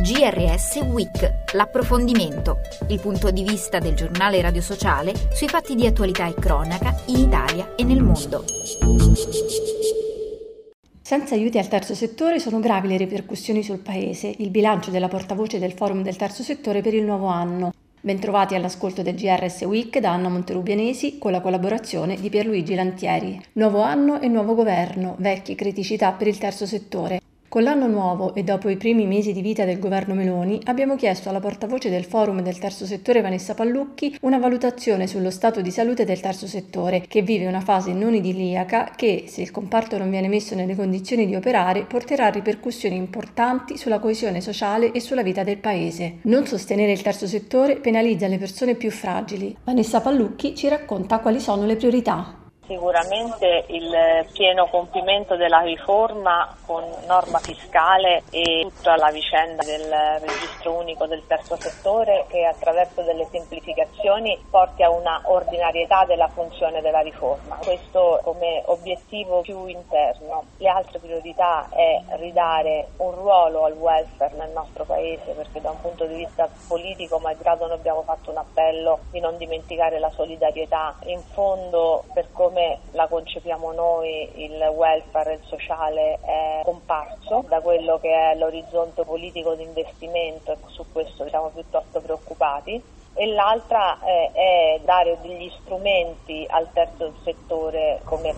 GRS Week, l'approfondimento, il punto di vista del giornale Radio Sociale sui fatti di attualità e cronaca in Italia e nel mondo. Senza aiuti al terzo settore sono gravi le ripercussioni sul Paese, il bilancio della portavoce del Forum del Terzo Settore per il nuovo anno. Bentrovati all'ascolto del GRS Week da Anna Monterubianesi con la collaborazione di Pierluigi Lantieri. Nuovo anno e nuovo governo, vecchie criticità per il terzo settore. Con l'anno nuovo e dopo i primi mesi di vita del governo Meloni abbiamo chiesto alla portavoce del Forum del Terzo Settore Vanessa Pallucchi una valutazione sullo stato di salute del terzo settore, che vive una fase non idilliaca che, se il comparto non viene messo nelle condizioni di operare, porterà a ripercussioni importanti sulla coesione sociale e sulla vita del Paese. Non sostenere il terzo settore penalizza le persone più fragili. Vanessa Pallucchi ci racconta quali sono le priorità. Sicuramente il pieno compimento della riforma con norma fiscale e tutta la vicenda del registro unico del terzo settore che attraverso delle semplificazioni porti a una ordinarietà della funzione della riforma. Questo come obiettivo più interno. Le altre priorità è ridare un ruolo al welfare nel nostro Paese, perché da un punto di vista politico malgrado noi abbiamo fatto un appello di non dimenticare la solidarietà, in fondo per come la concepiamo noi il welfare e il sociale è comparso da quello che è l'orizzonte politico di investimento e su questo siamo piuttosto preoccupati. E l'altra è dare degli strumenti al terzo settore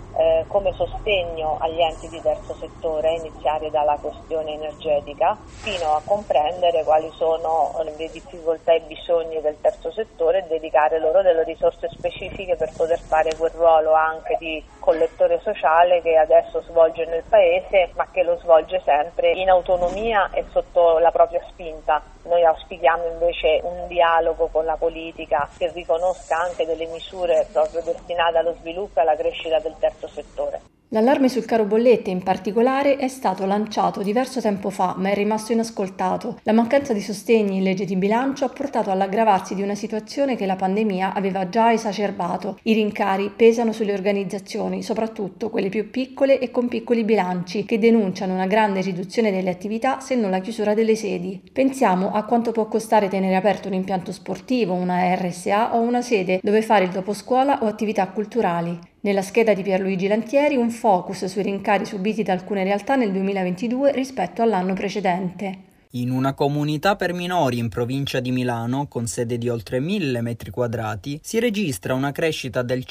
come sostegno agli enti di terzo settore, iniziare dalla questione energetica fino a comprendere quali sono le difficoltà e i bisogni del terzo settore e dedicare loro delle risorse specifiche per poter fare quel ruolo anche di collettore sociale che adesso svolge nel Paese, ma che lo svolge sempre in autonomia e sotto la propria spinta. Noi auspichiamo invece un dialogo con la politica che riconosca anche delle misure proprio destinate allo sviluppo e alla crescita del terzo settore. L'allarme sul caro bollette in particolare è stato lanciato diverso tempo fa, ma è rimasto inascoltato. La mancanza di sostegni in legge di bilancio ha portato all'aggravarsi di una situazione che la pandemia aveva già esacerbato. I rincari pesano sulle organizzazioni, soprattutto quelle più piccole e con piccoli bilanci, che denunciano una grande riduzione delle attività se non la chiusura delle sedi. Pensiamo a quanto può costare tenere aperto un impianto sportivo, una RSA o una sede dove fare il doposcuola o attività culturali. Nella scheda di Pierluigi Lantieri un focus sui rincari subiti da alcune realtà nel 2022 rispetto all'anno precedente. In una comunità per minori in provincia di Milano, con sede di oltre 1000 metri quadrati, si registra una crescita del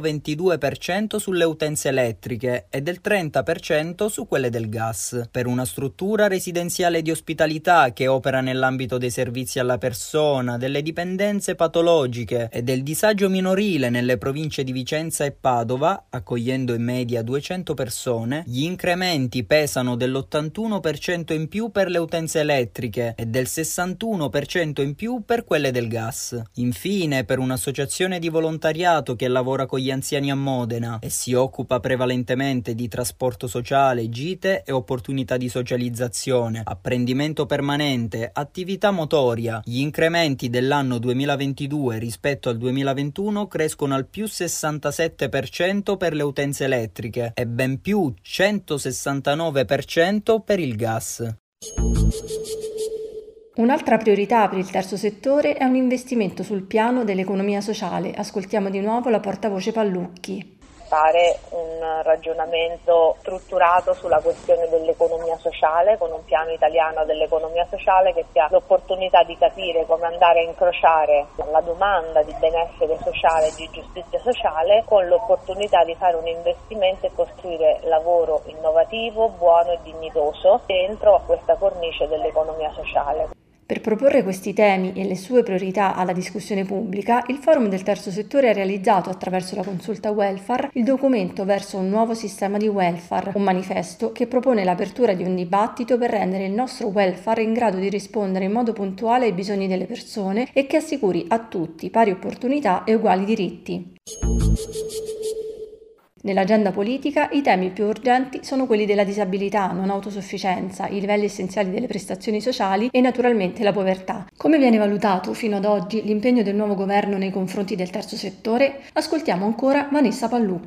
122% sulle utenze elettriche e del 30% su quelle del gas. Per una struttura residenziale di ospitalità che opera nell'ambito dei servizi alla persona, delle dipendenze patologiche e del disagio minorile nelle province di Vicenza e Padova, accogliendo in media 200 persone, gli incrementi pesano dell'81% in più per le utenze elettriche e del 61% in più per quelle del gas. Infine, per un'associazione di volontariato che lavora con gli anziani a Modena e si occupa prevalentemente di trasporto sociale, gite e opportunità di socializzazione, apprendimento permanente, attività motoria, gli incrementi dell'anno 2022 rispetto al 2021 crescono al più 67% per le utenze elettriche e ben più 169% per il gas. Un'altra priorità per il terzo settore è un investimento sul piano dell'economia sociale. Ascoltiamo di nuovo la portavoce Pallucchi. Fare un ragionamento strutturato sulla questione dell'economia sociale, con un piano italiano dell'economia sociale che sia l'opportunità di capire come andare a incrociare la domanda di benessere sociale e di giustizia sociale con l'opportunità di fare un investimento e costruire lavoro innovativo, buono e dignitoso dentro a questa cornice dell'economia sociale. Per proporre questi temi e le sue priorità alla discussione pubblica, il Forum del Terzo Settore ha realizzato attraverso la consulta welfare il documento Verso un nuovo sistema di welfare, un manifesto che propone l'apertura di un dibattito per rendere il nostro welfare in grado di rispondere in modo puntuale ai bisogni delle persone e che assicuri a tutti pari opportunità e uguali diritti. Nell'agenda politica i temi più urgenti sono quelli della disabilità, non autosufficienza, i livelli essenziali delle prestazioni sociali e naturalmente la povertà. Come viene valutato fino ad oggi l'impegno del nuovo governo nei confronti del terzo settore? Ascoltiamo ancora Vanessa Pallucchi.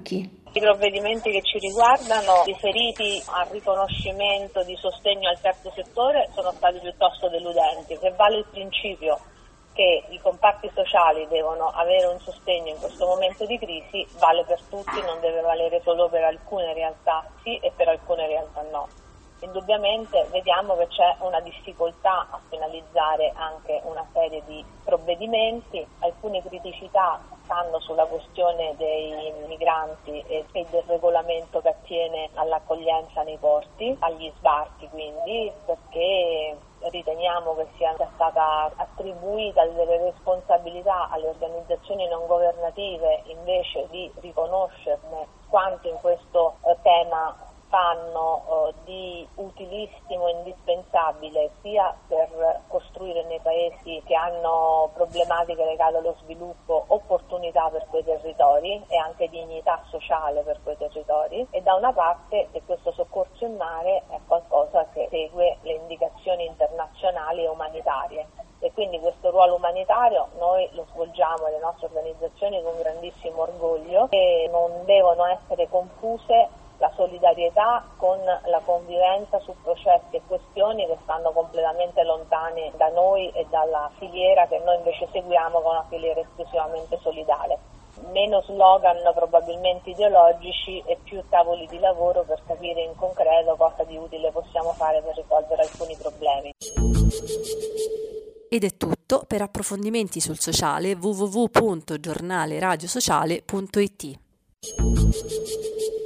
I provvedimenti che ci riguardano, riferiti al riconoscimento di sostegno al terzo settore, sono stati piuttosto deludenti. Se vale il principio che i comparti sociali devono avere un sostegno in questo momento di crisi, vale per tutti, non deve valere solo per alcune realtà sì e per alcune realtà no. Indubbiamente vediamo che c'è una difficoltà a finalizzare anche una serie di provvedimenti, alcune criticità stanno sulla questione dei migranti e del regolamento che attiene all'accoglienza nei porti, agli sbarchi quindi, perché riteniamo che sia stata attribuita delle responsabilità alle organizzazioni non governative invece di riconoscerne quanto in questo tema fanno di utilissimo e indispensabile sia per costruire nei paesi che hanno problematiche legate allo sviluppo opportunità per quei territori e anche dignità sociale per quei territori, e da una parte che questo soccorso in mare è qualcosa che segue le indicazioni internazionali e umanitarie. E quindi questo ruolo umanitario noi lo svolgiamo le nostre organizzazioni con grandissimo orgoglio, e non devono essere confuse la solidarietà con la convivenza su processi e questioni che stanno completamente lontani da noi e dalla filiera che noi invece seguiamo, con una filiera esclusivamente solidale. Meno slogan probabilmente ideologici e più tavoli di lavoro per capire in concreto cosa di utile possiamo fare per risolvere alcuni problemi. Ed è tutto. Per approfondimenti sul sociale www.giornaleradiosociale.it.